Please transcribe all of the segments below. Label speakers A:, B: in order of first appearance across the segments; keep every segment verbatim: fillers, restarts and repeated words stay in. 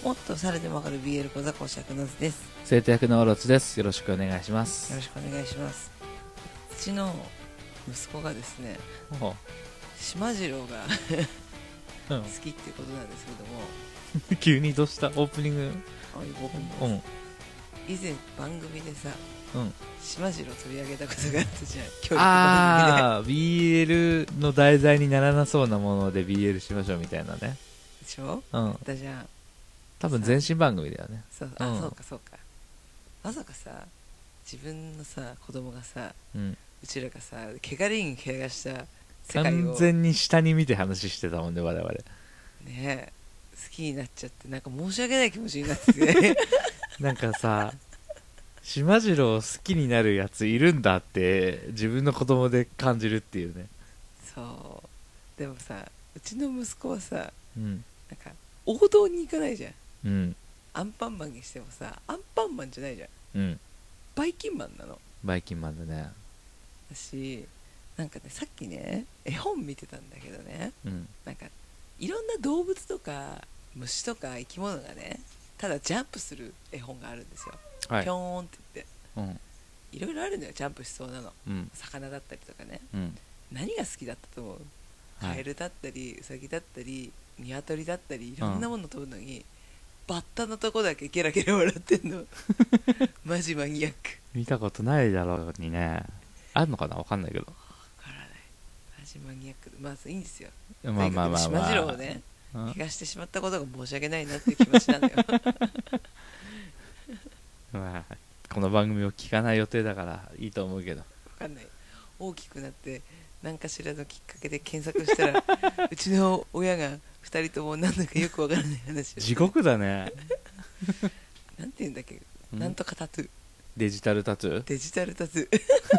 A: もっとされてもわかる ビーエル 講座講師役の図です。
B: 生徒役のオロツです。よろしくお願いします。
A: よろしくお願いします。うちの息子がですね、島次郎が好きっていうことなんですけども、
B: うん、急にどうしたオープニング。
A: あ、オープニング、うん、以前番組でさ、うん、島次郎取り上げたことがあったじゃん。教育番組で。
B: ああ ビーエル の題材にならなそうなもので ビーエル しましょうみたいなね。
A: でしょ、
B: うん、
A: だじゃん。
B: 多分前身番組だよね。
A: そう、あ、うん、そうかそうか。まさかさ、自分のさ子供がさ、うん、うちらがさ怪我人怪我した世界を
B: 完全に下に見て話してたもんね、我々ね。
A: え、好きになっちゃって、なんか申し訳ない気持ちになってて
B: なんかさ、島次郎好きになるやついるんだって自分の子供で感じるっていうね。
A: そう、でもさ、うちの息子はさ、うん、なんか王道に行かないじゃん。うん、アンパンマンにしてもさ、アンパンマンじゃないじゃん。うん、バイキンマンなの。
B: バイキンマンだね。
A: 私なんかね、さっきね絵本見てたんだけどね、うん、なんかいろんな動物とか虫とか生き物がね、ただジャンプする絵本があるんですよ、はい、ピョーンって言って、うん、いろいろあるのよ、ジャンプしそうなの、うん、魚だったりとかね、うん、何が好きだったと思う？カエルだったりウサギだったりニワトリだったり、いろんなもの飛ぶのに、うん、バッタのとこだけゲラゲラ笑ってんのマジマニアック。
B: 見たことないだろうにね。あるのかな、わかんないけど。わ
A: からない。マジマニアック。まあいいんですよ。
B: まあまあまあまあ、
A: 島次郎をね、怪我してしまったことが申し訳ないなっていう気持ちなんだよ
B: まあこの番組を聞かない予定だからいいと思うけど。わ
A: かんない。大きくなって何かしらのきっかけで検索したらうちの親がふたりともなんだかよくわからない話を
B: 地獄だね
A: なんて言うんだっけ、なんとかタトゥー、
B: デジタルタトゥー、
A: デジタルタトゥー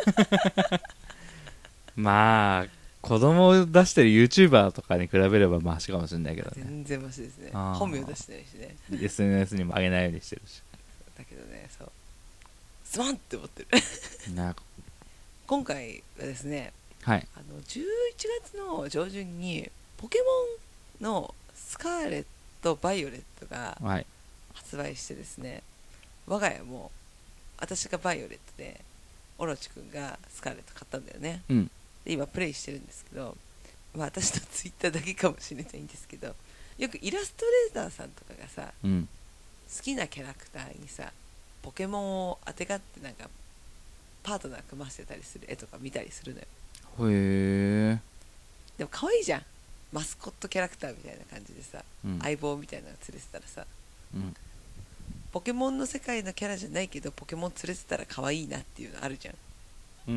B: まあ子供を出してる YouTuber とかに比べればマシかもしれないけどね。
A: 全然マシですね。本名出してないしね
B: エスエヌエス にも上げないようにしてるし。
A: だけどね、そうすまんって思ってる
B: な
A: 今回はですね、
B: はい、
A: あのじゅういちがつの上旬にポケモンのスカーレット・バイオレットが発売してですね、はい、我が家も私がバイオレットでオロチ君がスカーレット買ったんだよね、うん、で今プレイしてるんですけど、まあ、私のツイッターだけかもしれないんですけど、よくイラストレーターさんとかがさ、うん、好きなキャラクターにさポケモンをあてがってなんかパートナー組ませてたりする絵とか見たりするのよ。
B: へえ。
A: でも可愛いじゃん、マスコットキャラクターみたいな感じでさ、うん、相棒みたいなのが連れてたらさ、うん、ポケモンの世界のキャラじゃないけどポケモン連れてたら可愛いなっていうのあるじゃん、うん、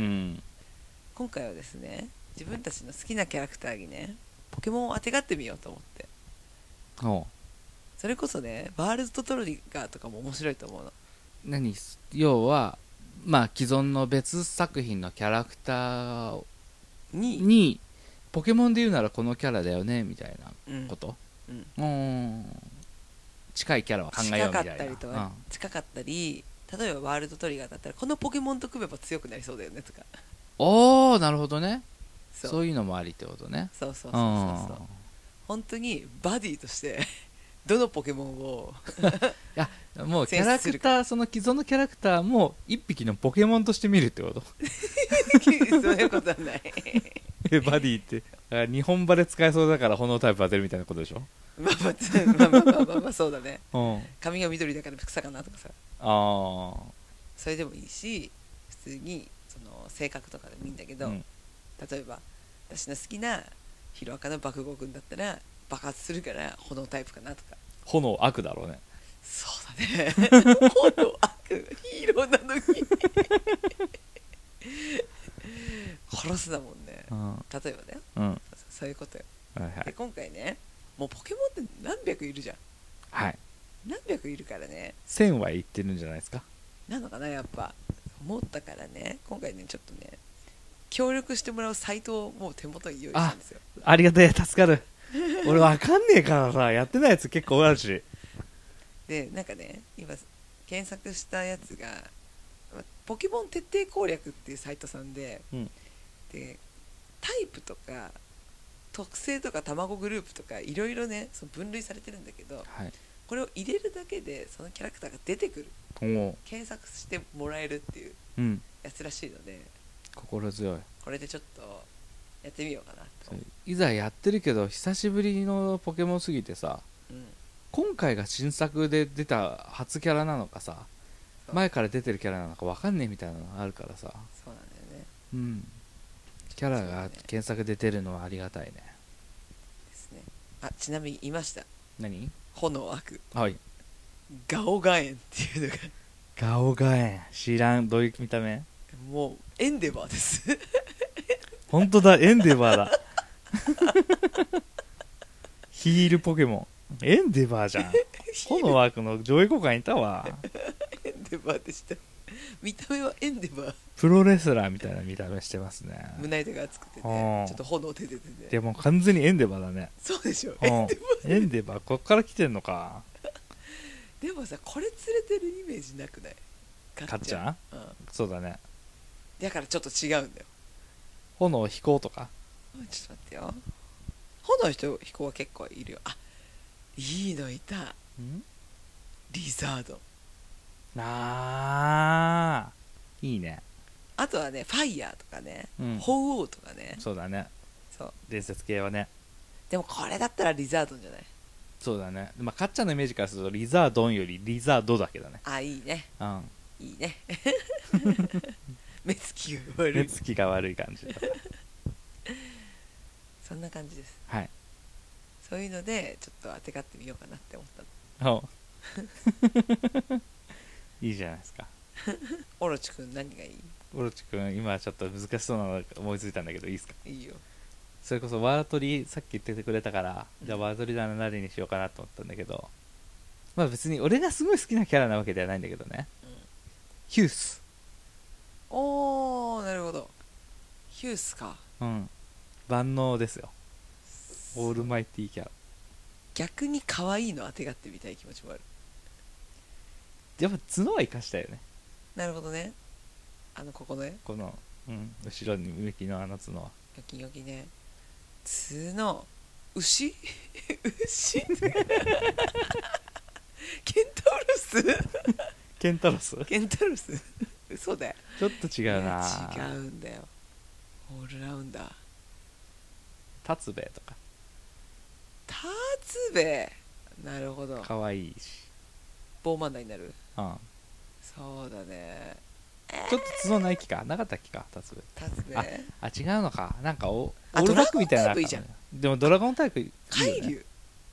A: 今回はですね、自分たちの好きなキャラクターにねポケモンをあてがってみようと思って、おそれこそねワールドトロリガーとかも面白いと思うの。
B: 何、要はまあ既存の別作品のキャラクターに, にポケモンで言うならこのキャラだよねみたいなこと、うんうん、うん近いキャラを考えようみたいな。近かったりとか、うん、
A: 近かったり、例えばワールドトリガーだったらこのポケモンと組めば強くなりそうだよねとか。
B: おー、なるほどね。そう、そういうのもありってことね。
A: そうそうそうそうそう、本当にバディとしてどのポケモンを
B: いやもうキャラクター、その既存のキャラクターも一匹のポケモンとして見るってこと
A: そういうことはない
B: バディって日本場で使えそうだから炎タイプ当てるみたいなことでしょ。
A: まあまあまあまあまあまあ、まあ、そうだね、うん、髪が緑だから草かなとかさ、あそれでもいいし、普通にその性格とかでもいいんだけど、うん、例えば私の好きなヒロアカの爆豪君だったら爆発するから炎タイプかなとか。
B: 炎悪だろうね。
A: そうだね炎悪ヒーローなのに殺すだもんね、うん、例えばね、うん、そういうことよ、はいはい、で今回ねもうポケモンって何百いるじゃん。はい、何百いるからね、
B: せんはいってるんじゃないですか。
A: なのかな、やっぱ思ったからね、今回ねちょっとね協力してもらうサイトをもう手元に用意したんですよ。
B: あ, ありがてえ、助かる俺わかんねえからさ、やってないやつ結構あるし。
A: でなんかね今検索したやつがポケモン徹底攻略っていうサイトさんで、うん、でタイプとか特性とか卵グループとかいろいろねその分類されてるんだけど、はい、 これを入れるだけでそのキャラクターが出てくる、検索してもらえるっていうやつらしいので、うん、
B: 心強い。
A: これでちょっとやってみようかなと。
B: いざやってるけど久しぶりのポケモンすぎてさ、うん、今回が新作で出た初キャラなのかさ、前から出てるキャラなのか分かんねえみたいなのがあるからさ。
A: そうなんだよね。
B: うん。キャラが検索で出るのはありがたいね。
A: ですね。あ、ちなみにいました。
B: 何？
A: 炎悪。
B: はい。
A: ガオガエンっていうのが。
B: ガオガエン。知らん。どういう見た目？
A: もうエンデバーです。
B: 本当だ、エンデバーだ。ヒールポケモン。エンデバーじゃん。炎ワークの上位互換いたわ。
A: エンデバーでした。見た目はエンデバー。
B: プロレスラーみたいな見た目してますね。
A: 胸板が厚くてね、ちょっと炎出ててね。
B: でも完全にエンデバーだね。
A: そうでしょ。エンデバ
B: ー。エンデバー、こっから来てんのか。
A: でもさ、これ連れてるイメージなくない？
B: かっちゃん？うん、そうだね。
A: だからちょっと違うんだよ。
B: 炎飛行とか。
A: ちょっと待ってよ。炎飛行は結構いるよ。あ、いいのいた。ん？リザード。
B: あー、いいね。
A: あとはね、ファイヤーとかね、うん、鳳凰とかね。
B: そうだね。
A: そう。
B: 伝説系はね。
A: でもこれだったらリザードンじゃない？
B: そうだね。まあ、かっちゃんのイメージからするとリザードンよりリザードだけどね。
A: あ、いいね。
B: うん。
A: いいね。目つきが悪い。
B: 目つきが悪い感じ。
A: そんな感じです。
B: はい。
A: そういうのでちょっと当てがってみようかなって思ったの。
B: いいじゃないですか。
A: オロチくん何がいい？
B: オロチくん今ちょっと難しそうなの思いついたんだけどいいですか？
A: いいよ。
B: それこそワートリさっき言っててくれたから、うん、じゃあワートリなら何にしようかなと思ったんだけど、まあ別に俺がすごい好きなキャラなわけではないんだけどね、うん、ヒュース。
A: おー、なるほど。ヒュースか。
B: うん、万能ですよ。オールマイティーキャラ。
A: 逆に可愛いの当てがってみたい気持ちもある。
B: やっぱ角は生かしたよね。
A: なるほどね。あのここね、
B: この、うん、後ろに向きのあの角は
A: よきよきね。角牛牛ケンタウロス
B: ケンタロス
A: ケンタロス嘘だよ。
B: ちょっと違うな。
A: 違うんだよ。オールラウンダー。
B: タツベとか。
A: タツベ、なるほど。
B: かわいいし
A: ボーマンダになる。
B: うん、
A: そうだね。
B: ちょっと角ない気かなかったっけか、タツベ。
A: タツベ。
B: ああ、違うのか。なんかおオールバックみたいな。いいじゃん。でもドラゴンタイプいい、ね、
A: 海竜。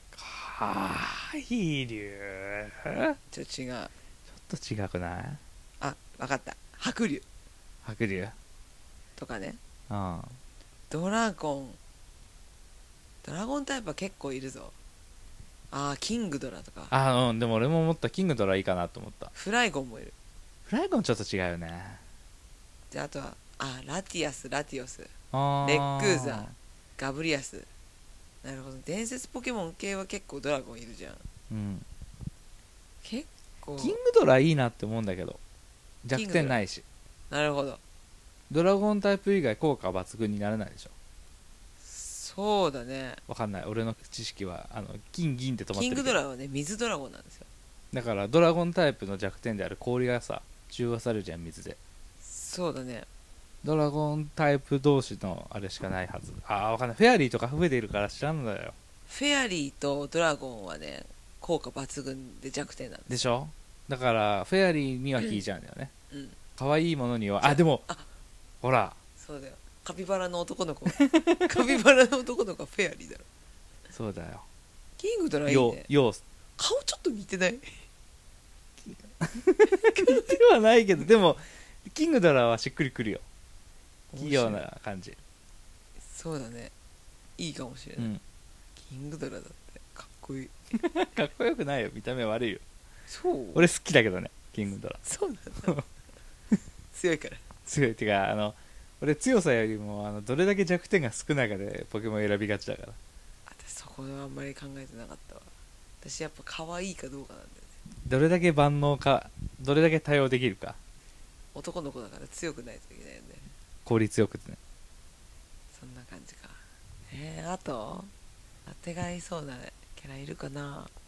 B: 海竜
A: ちょっと違う。
B: ちょっと違くない？
A: あ、分かった。白竜。
B: 白竜
A: とかね。
B: うん。
A: ドラゴンドラゴンタイプは結構いるぞ。あー、キングドラとか。
B: あー、うん。でも俺も思った。キングドラいいかなと思った。
A: フライゴンもいる。
B: フライゴンちょっと違うよね。
A: じゃあ、あとはあラティアス、ラティオス、レックーザー、ガブリアス。なるほど。伝説ポケモン系は結構ドラゴンいるじゃん。
B: うん。
A: 結構
B: キングドラいいなって思うんだけど弱点ないし。
A: なるほど。
B: ドラゴンタイプ以外効果抜群にならないでしょ。
A: そうだね。
B: わかんない。俺の知識はあの金銀って止まってるけど、
A: キングドラはね、水ドラゴンなんですよ。
B: だからドラゴンタイプの弱点である氷がさ中和されるじゃん、水で。
A: そうだね。
B: ドラゴンタイプ同士のあれしかないはず。ああ、わかんない。フェアリーとか増えているから知らんのだよ。
A: フェアリーとドラゴンはね、効果抜群で弱点なんです。
B: でしょ。だからフェアリーには効いちゃうんだよね。
A: うん。
B: 可愛いものには。あ、でもほら、
A: そうだよ。カピバラの男の子カピバラの男の子はフェアリーだろ。
B: そうだよ。
A: キングドラいいね。
B: よう
A: 顔ちょっと似てない？
B: 似てはないけど、でもキングドラはしっくりくるよ。器用な感じ。
A: そうだね。いいかもしれない、うん、キングドラだってかっこいい
B: かっこよくないよ。見た目悪いよ。
A: そう？
B: 俺好きだけどね、キングドラ。
A: そうなんだ強いから。
B: 強いっていうか、あの俺強さよりもあのどれだけ弱点が少ないかでポケモン選びがちだから。
A: 私そこはあんまり考えてなかったわ。私やっぱ可愛いかどうかなんだよね。
B: どれだけ万能か、どれだけ対応できるか。
A: 男の子だから強くないといけないよね。
B: 効率よくね。
A: そんな感じか。えー、あと当てがいそうなキャラいるかな。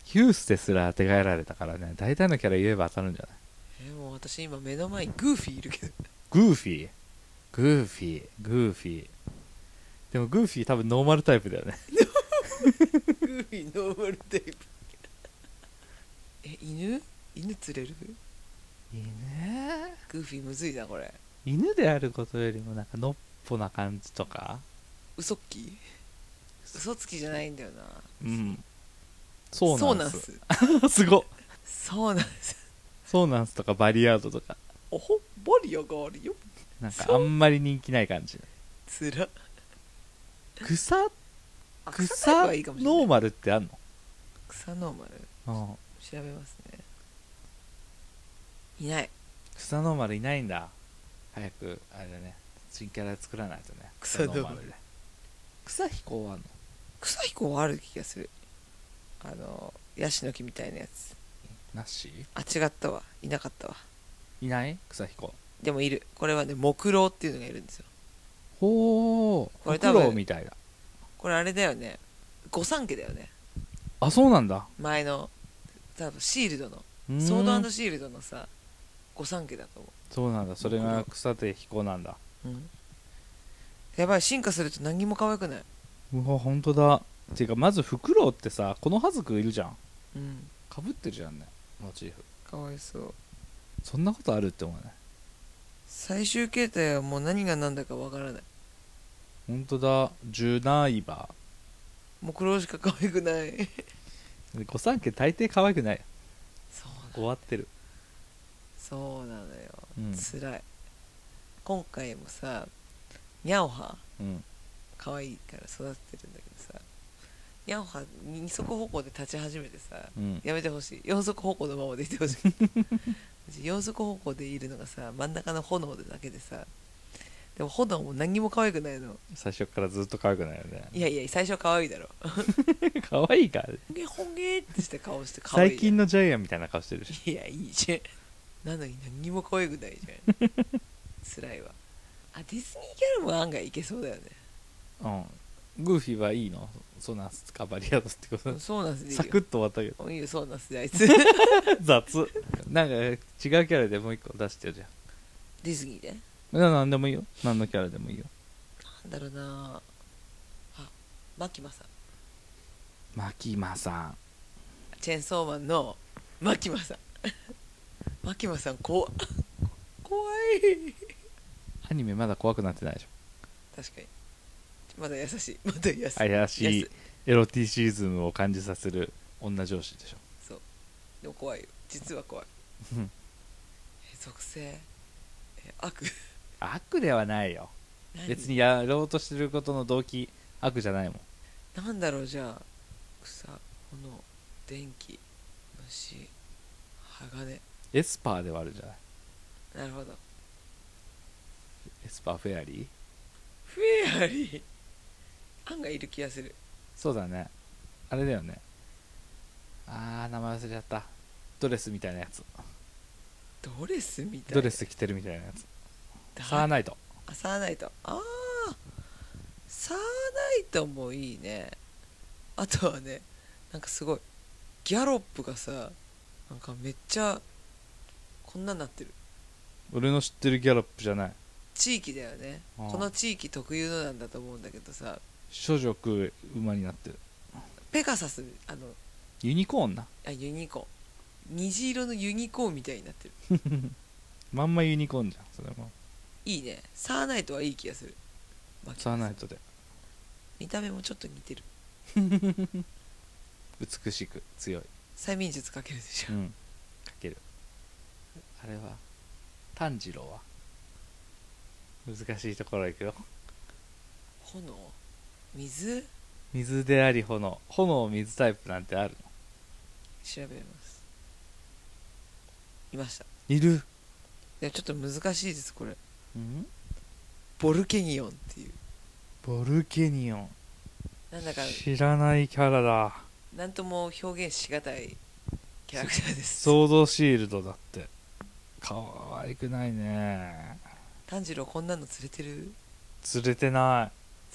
B: ヒュースですら当てがえられたからね。大体のキャラ言えば当たるんじゃない？
A: えー、もう私今目の前にグーフィーいるけど。
B: グーフィーグーフィーグーフィーでもグーフィー多分ノーマルタイプだよね。
A: グーフィーノーマルタイプ。え、犬犬釣れる？
B: 犬
A: グーフィーむずいなこれ。
B: 犬であることよりもなんかのっぽな感じとか。
A: 嘘っき嘘つきじゃないんだよな。
B: うん。そうなんす。
A: そうなんす。
B: すごっ。
A: そうなんす。
B: そうなんすとかバリアードとか。
A: おほバリアがあるよ。
B: なんかあんまり人気ない感じ。
A: つら。
B: 草草
A: 草ノ
B: ーマルってあんの？
A: 草ノーマル、
B: うん、
A: 調べますね。いない。
B: 草ノーマルいないんだ。早くあれだね、新キャラ作らないとね。
A: 草ノーマルで。
B: 草飛行はあんの？
A: 草飛行はある気がする。あのヤシの木みたいなやつ。
B: なし？
A: あ、違ったわ、いなかったわ。
B: いない？草飛行
A: でもいる。これはね、木狼っていうのがいるんですよ。
B: ほー、
A: これ多分
B: みたいだ。
A: これあれだよね、御三家だよね。
B: あ、そうなんだ。
A: 前の多分シールドのソード&シールドのさ、御三家だと思う。
B: そうなんだ。それが草で飛行なんだ。
A: うん。やばい、進化すると何も可愛くない。
B: うわ、ほんとだ。ていうかまずフクロウってさ、このハズクいるじゃん。
A: うん、
B: かぶってるじゃんね、モチーフ。
A: かわいそう。
B: そんなことあるって思うね。
A: 最終形態はもう何が何だかわからない。
B: ほんとだ。ジュナイバ
A: ー木狼しか可愛くない。
B: 御三家大抵可愛くない。
A: そう
B: 終わってる。
A: そうなのよ、
B: うん、
A: つらい。今回もさ、ニャオハ、うん、可愛いから育ってるんだけどさ、ニャオハ二足歩行で立ち始めてさ、うん、やめてほしい。四足歩行のままでいてほしい。四足歩行でいるのがさ、真ん中の炎でだけでさ、でも炎も何にも可愛くないの。
B: 最初からずっと可愛くないよね。
A: いやいや、最初可愛いだろ。
B: 可愛いか。
A: ほげほげってして顔して可愛い。
B: 最近のジャイアンみたいな顔してるし。
A: いや、いいじゃん。なのに何にも可愛くないじゃん。辛いわ。あ、ディズニーキャラも案外いけそうだよね。
B: うん。グーフィーはいいの？そうなんすか、バリアードってこと？
A: そうなんすでいいよ。
B: サクッと終わったけど。
A: いいよ、そうなんすであいつ。
B: 雑。なんか違うキャラでもう一個出してよじゃん。
A: ディズニーで？
B: なんでもいいよ。何のキャラでもいいよ。
A: なんだろうなあ、マキマさん。
B: マキマさん。
A: チェーンソーマンのマキマさん。マキマさん怖怖い。
B: アニメまだ怖くなってないでしょ。
A: 確かに。まだ優しい。まだ優しい。
B: 怪しいエロティシズムを感じさせる女上司でしょ。
A: そう。でも怖いよ。実は怖い。え、属性。え、悪。
B: 悪ではないよ。別にやろうとしてることの動機悪じゃないもん。
A: なんだろう、じゃあ草、炎、電気、虫、鋼。
B: エスパーではあるじゃない。
A: なるほど。
B: エスパーフェアリー
A: フェアリー案外いる気がする。
B: そうだね。あれだよね。あー、名前忘れちゃった。ドレスみたいなやつ。
A: ドレスみたいな、
B: ドレス着てるみたいなやつ。サーナイト。
A: あ、サーナイト。ああ、サーナイトもいいね。あとはね、なんかすごいギャロップがさ、なんかめっちゃこんなになってる。
B: 俺の知ってるギャロップじゃない。
A: 地域だよね。この地域特有のなんだと思うんだけどさ、
B: 処女食う馬になってる。
A: ペガサス、あの
B: ユニコーンな。
A: あ、ユニコーン、虹色のユニコーンみたいになってる。
B: まんまユニコーンじゃん。それも
A: いいね。サーナイトはいい気がする。
B: サーナイトで
A: 見た目もちょっと似てる。
B: 美しく強い。
A: 催眠術かけるでしょ。うん、
B: かける。あれは炭治郎は難しいところ行くよ。
A: 炎、水、
B: 水であり炎。炎水タイプなんてあるの？
A: 調べます。いました。
B: いる。
A: いや、ちょっと難しいですこれ。
B: ん？
A: ボルケニオンっていう。
B: ボルケニオン、
A: なんだか
B: 知らないキャラだ。
A: なんとも表現しがたいキャラクターです。
B: ソードシールドだって。かわいくないね。
A: 炭治郎こんなの連れてる？
B: 連れてない。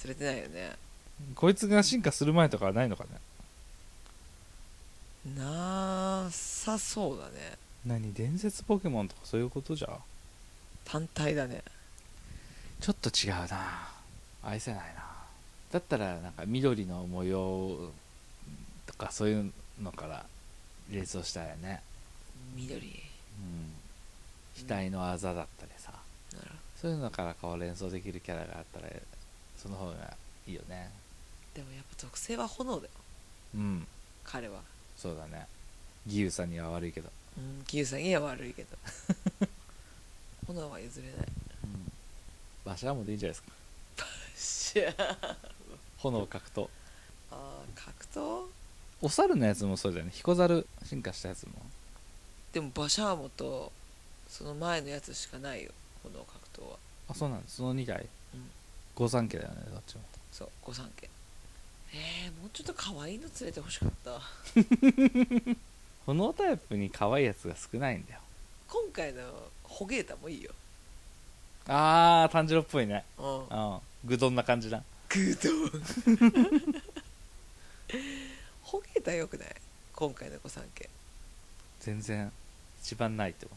A: 連れてないよね。
B: こいつが進化する前とかはないのかね。
A: なさそうだね。
B: 何、伝説ポケモンとかそういうことじゃ。
A: 単体だね。
B: ちょっと違うな、愛せないな。だったらなんか緑の模様とかそういうのから連想したいよね。
A: 緑、
B: うん、額のあざだったりさ、うん、そういうのからこう連想できるキャラがあったらその方がいいよね。
A: でもやっぱ属性は炎だよ。
B: うん、
A: 彼は。
B: そうだね。ギウさんには悪いけど。
A: うん、ギウさんには悪いけど炎は譲れない。
B: うん、バシャーもでいいんじゃないですか。
A: バシャー
B: 炎格闘。
A: ああ、格闘。
B: お猿のやつもそうだよね。ヒコザル進化したやつも。
A: でもバシャーモとその前のやつしかないよ、炎格闘は。
B: あ、そうなんです。そのにだい、うん、御三家だよね、どっちも。
A: そう、御三家。えー、もうちょっと可愛いの連れてほしかった
B: 炎タイプに可愛いやつが少ないんだよ。
A: 今回のホゲータもいいよ。
B: あー、炭治郎っぽいね。
A: うん、
B: うん、グドンな感じだ。
A: グドンホゲータよくない？今回の御三家
B: 全然一番ないって思った。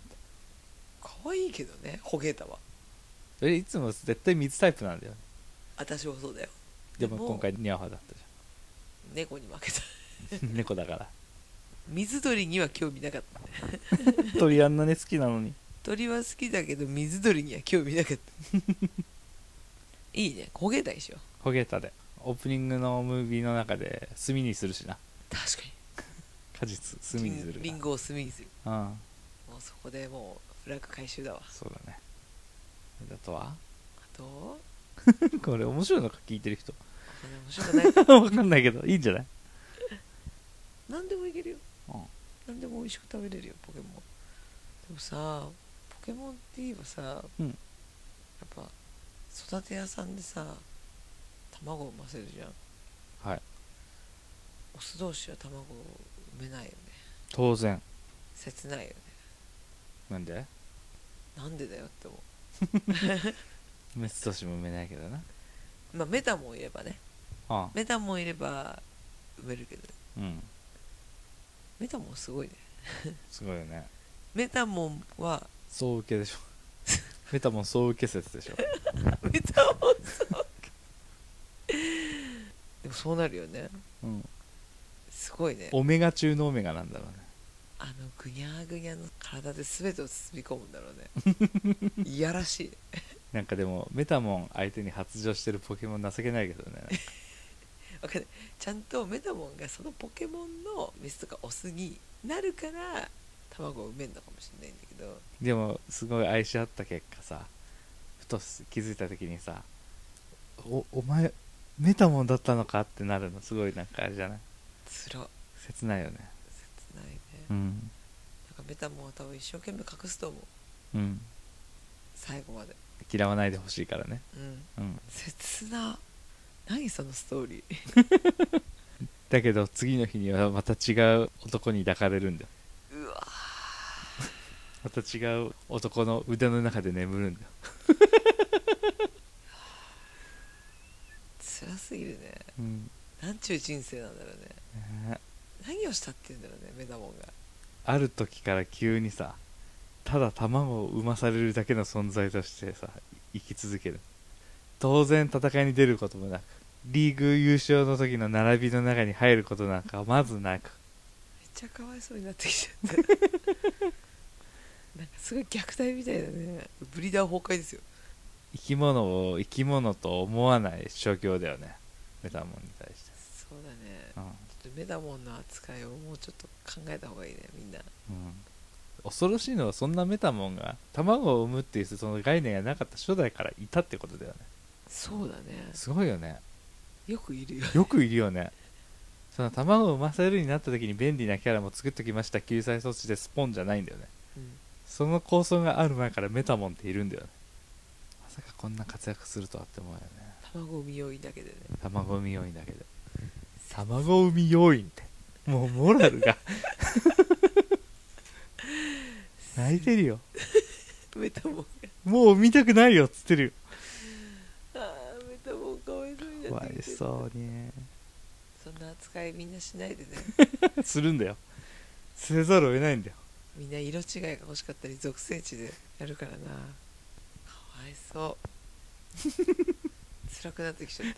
A: 可愛いけどね、ホゲータは。
B: え、いつも絶対水タイプなんだよね。
A: 私もそうだよ。
B: でも今回ニャオハだったじ
A: ゃん。猫に負けた
B: 猫だから
A: 水鳥には興味なかった
B: ね鳥あんなに好きなのに。
A: 鳥は好きだけど水鳥には興味なかったいいね、ホゲータにしよう。
B: ホゲータでオープニングのムービーの中で炭にするしな。
A: 確かに
B: 果実炭にする。
A: リンゴを炭にする。
B: うん、も
A: うそこでもうフラッグ回収だわ。
B: そうだね。あとは
A: あと
B: これ面白いのか聞いてる人。
A: 面白くない
B: 分かんないけどいいんじゃない。
A: 何でもいけるよ、
B: うん、
A: 何でも美味しく食べれるよポケモン。でもさ、ポケモンって言えばさ、うん、やっぱ育て屋さんでさ卵を産ませるじゃん。はい。オス同士は卵を産めないよね。
B: 当然。
A: 切ないよね。
B: なんで
A: なんでだよって思う
B: メス同士も産めないけどな。
A: まあメタモンいればね。ああ、メタモンいれば産めるけど、うん、メタモンすごいね
B: すごいよね。
A: メタモンは
B: 総受けでしょメタモン総受け説でしょ
A: メタモン総受けでもそうなるよね。うん、すごいね。
B: オメガ中のオメガなんだろうね。
A: あのぐにゃーぐにゃの体で全てを包み込むんだろうねいやらしい
B: なんかでもメタモン相手に発情してるポケモン情けないけどね
A: わかんない。ちゃんとメタモンがそのポケモンのメスとかオスになるから卵を産めるのかもしれないんだけど、
B: でもすごい愛し合った結果さ、ふと気づいた時にさ、お, お前メタモンだったのかってなるのすごいなんかあれじゃない。
A: つら。
B: 切ないよね。
A: 切ないね。
B: うん。
A: なんかメタモンは多分一生懸命隠すと思う。うん。最後まで
B: 嫌わないでほしいからね。
A: うん。うん。切な。何そのストーリ
B: ーだけど次の日にはまた違う男に抱かれるんだよ。うわまた違う男の腕の中で眠るんだよ
A: 辛すぎるね、うん、なんちゅう人生なんだろうね、ね、何をしたって言うんだろうねメタモンが。
B: ある時から急にさ、ただ卵を産まされるだけの存在としてさ生き続ける。当然戦いに出ることもなく、リーグ優勝の時の並びの中に入ることなんかまずなく、
A: めっちゃかわいそうになってきちゃったなんかすごい虐待みたいだね。ブリーダー崩壊ですよ。
B: 生き物を生き物と思わない状況だよね、メタモンに対して。
A: そうだね、うん、ちょっとメタモンの扱いをもうちょっと考えた方がいいねみんな、うん、
B: 恐ろしいのはそんなメタモンが卵を産むっていうその概念がなかった初代からいたってことだよね。
A: そうだね、
B: すごいよね。
A: よくいるよね
B: よくいるよね。その卵を産ませるようになった時に便利なキャラも作っときました救済措置でスポンじゃないんだよね、うん、その構想がある前からメタモンっているんだよね。まさかこんな活躍するとはって思うよね。
A: 卵産み要因だけでね。
B: 卵産み要因だけで卵産み要因ってもうモラルが泣いてるよ
A: メタモンが
B: もう見たくないよっつってるよ。
A: あーメタモンかわいそうになってきてる。
B: かわいそうに。
A: そんな扱いみんなしないでね
B: するんだよせざるを得ないんだよ。
A: みんな色違いが欲しかったり属性値でやるからな。かわいそう辛くなってきちゃった。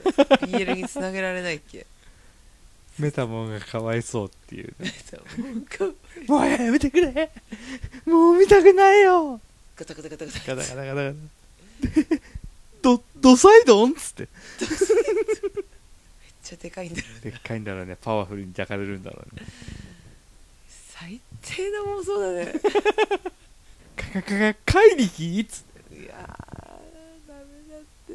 A: ビーエル につなげられないっけ。
B: メタモンがかわいそうっていう、ね、
A: メタモンかわいそう。
B: もうやめてくれ、もう見たくないよ。
A: ガタガタガタガタ
B: ガタガタガタガタドドサイドンっつってめっ
A: ちゃでかいんだろう
B: ね。でっかいんだろうね。パワフルに抱かれるんだろうね。
A: 最低な妄想だね
B: カカカカ怪力っつって。
A: いやーダメだって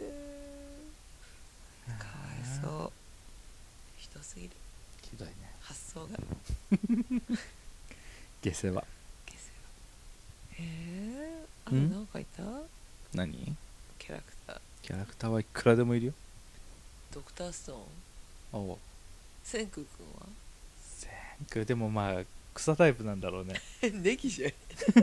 A: かわいそう。ひどすぎる。
B: ひどいね
A: 発想が
B: 下世話。
A: 下世話。えー、あと何かいた？
B: 何？
A: キャラクター。
B: キャラクターはいくらでもいるよ。
A: ドクターストーン。
B: おう。
A: 千空くんは？
B: 千空でもまあ草タイプなんだろうね
A: ネギじゃん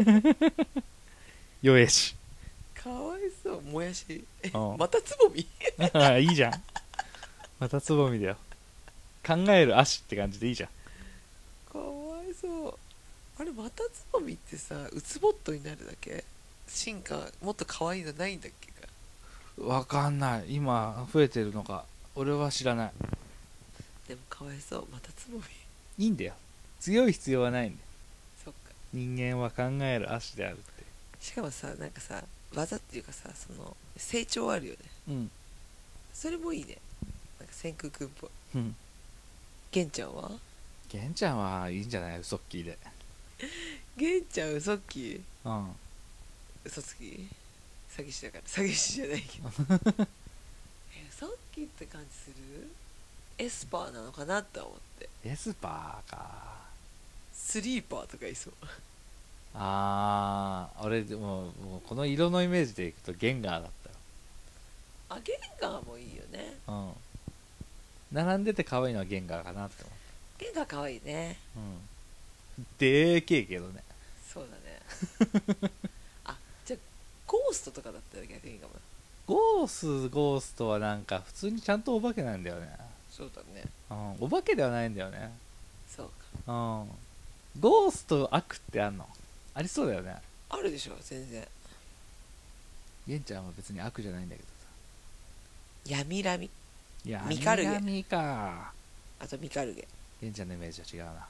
B: 弱えし。
A: かわいそう。もやし。え
B: うん
A: またつぼみ
B: あいいじゃん。またつぼみだよ。考える足って感じでいいじゃん。
A: かわいそう。あれまたつぼみってさウツボットになるだけ？進化もっと可愛いのないんだっけか。
B: わかんない。今増えてるのか俺は知らない。
A: でもかわいそう。またつぼみ。
B: いいんだよ。強い必要はないんだよ。
A: そっか。
B: 人間は考える足であるって。
A: しかもさなんかさ技っていうかさその成長あるよね。
B: うん
A: それもいいね。なんか千空くんっぽい。
B: うん
A: 玄ちゃんは？
B: 玄ちゃんはいいんじゃない？ウソッキーで。
A: 玄ちゃん嘘っき
B: うん
A: 嘘つき詐欺師だから詐欺師じゃないけどえ嘘っきって感じする？エスパーなのかなって思って。
B: エスパーか。
A: スリーパーとかいそう。
B: あー俺でも、もうこの色のイメージでいくとゲンガーだったよ。
A: あゲンガーもいいよね。
B: うん並んでて可愛いのはゲンガーかなって思
A: ゲンガーかわいいね。
B: う。うんでーけえけどね。
A: そうだねあじゃあゴーストとかだったら逆にいいかも。
B: ゴースゴーストはなんか普通にちゃんとお化けなんだよね。
A: そうだね。
B: うんお化けではないんだよね。
A: そうか。
B: うんゴースト悪ってあんの？ありそうだよね。
A: あるでしょ全然。
B: ゲンちゃんは別に悪じゃないんだけどさ。
A: 闇ラミ。
B: いや
A: ミカルゲ
B: 闇か。
A: あとミカルゲ
B: ゲンちゃんのイメージは違うな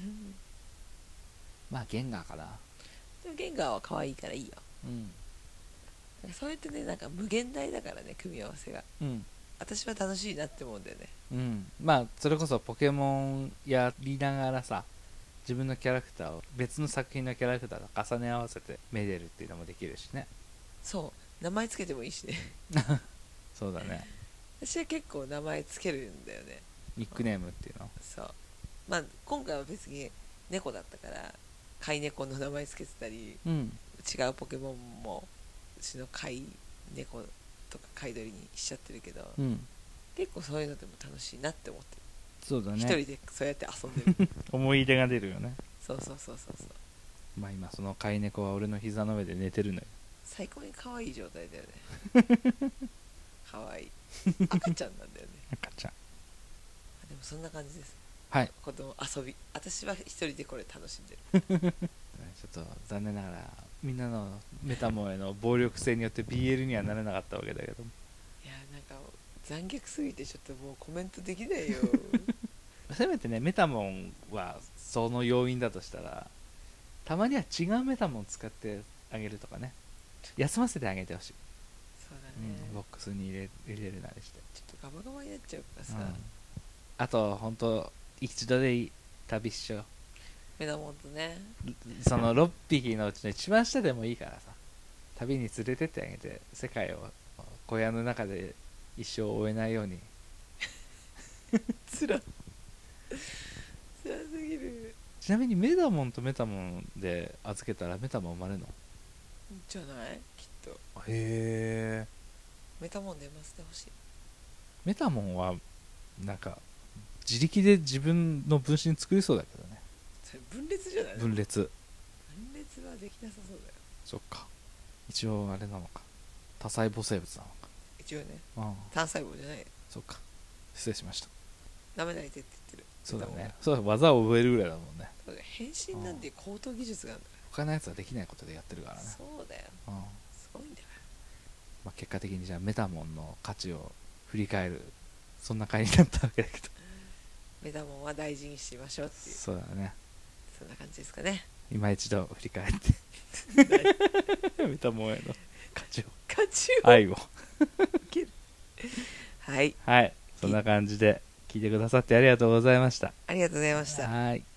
B: まあゲンガーかな。
A: でもゲンガーは可愛いからいいよ。
B: うん
A: そうやってねなんか無限大だからね組み合わせが。
B: うん
A: 私は楽しいなって思うんだよね。
B: うんまあそれこそポケモンやりながらさ自分のキャラクターを別の作品のキャラクターと重ね合わせてめでるっていうのもできるしね。
A: そう名前つけてもいいしね
B: そうだね。
A: 私は結構名前つけるんだよね。
B: ニックネームっていうの。
A: そうまあ今回は別に猫だったから飼い猫の名前つけてたり、
B: うん
A: 違うポケモンもうちの飼い猫とか飼い鳥にしちゃってるけど、
B: うん、
A: 結構そういうのでも楽しいなって思ってる。
B: そうだね。
A: 一人でそうやって遊んでる
B: 思い出が出るよね。
A: そうそうそうそうそう。
B: まあ今その飼い猫は俺の膝の上で寝てるのよ。
A: 最高に可愛い状態だよね可愛い赤ちゃんなんだよね
B: 赤ちゃん。
A: でもそんな感じです。
B: はい。
A: 子供遊び私は一人でこれ楽しんでる
B: ちょっと残念ながらみんなのメタモンへの暴力性によって ビーエル にはなれなかったわけだけど。
A: いやなんか残虐すぎてちょっともうコメントできないよ
B: せめてねメタモンはその要因だとしたらたまには違うメタモン使ってあげるとかね。休ませてあげてほしい。
A: そうだね、
B: うん、ボックスに入れ入れるなりして
A: ちょっとガバガバになっちゃうからさ、
B: うん、あとほんと一度でいい旅ししょう。
A: メダモンとね
B: そのろっぴきのうちの一番下でもいいからさ旅に連れてってあげて世界を小屋の中で一生終えないように
A: つらつらすぎる。
B: ちなみにメタモンとメタモンで預けたらメタモン生まれるの？
A: じゃないきっと。
B: へえ。
A: メタモンで産ませてほしい。
B: メタモンはなんか自力で自分の分身作りそうだけどね。
A: それ分裂じゃない？
B: 分裂
A: 分裂はできなさそうだよ。
B: そっか。一応あれなのか多細胞生物なのか。
A: 一応ね、
B: うん、
A: 単細胞じゃない。
B: そっか失礼しました。
A: 舐めないでって言ってる。
B: そうだね、そう技を覚えるぐらいだもんね。
A: 変身なんて高等技術があるんだから、
B: 他のやつはできないことでやってるからね。
A: そうだよ、うん、すごいんだよ、
B: まあ、結果的にじゃあメタモンの価値を振り返るそんな回になったわけだけど、
A: メタモンは大事にしましょうっていう、
B: そうだね、
A: そんな感じですかね。
B: 今一度振り返ってメタモンへの価値を
A: 価値を
B: 愛を
A: はい
B: はい、そんな感じで聞いてくださってありがとうございました。
A: ありがとうございました。
B: はい。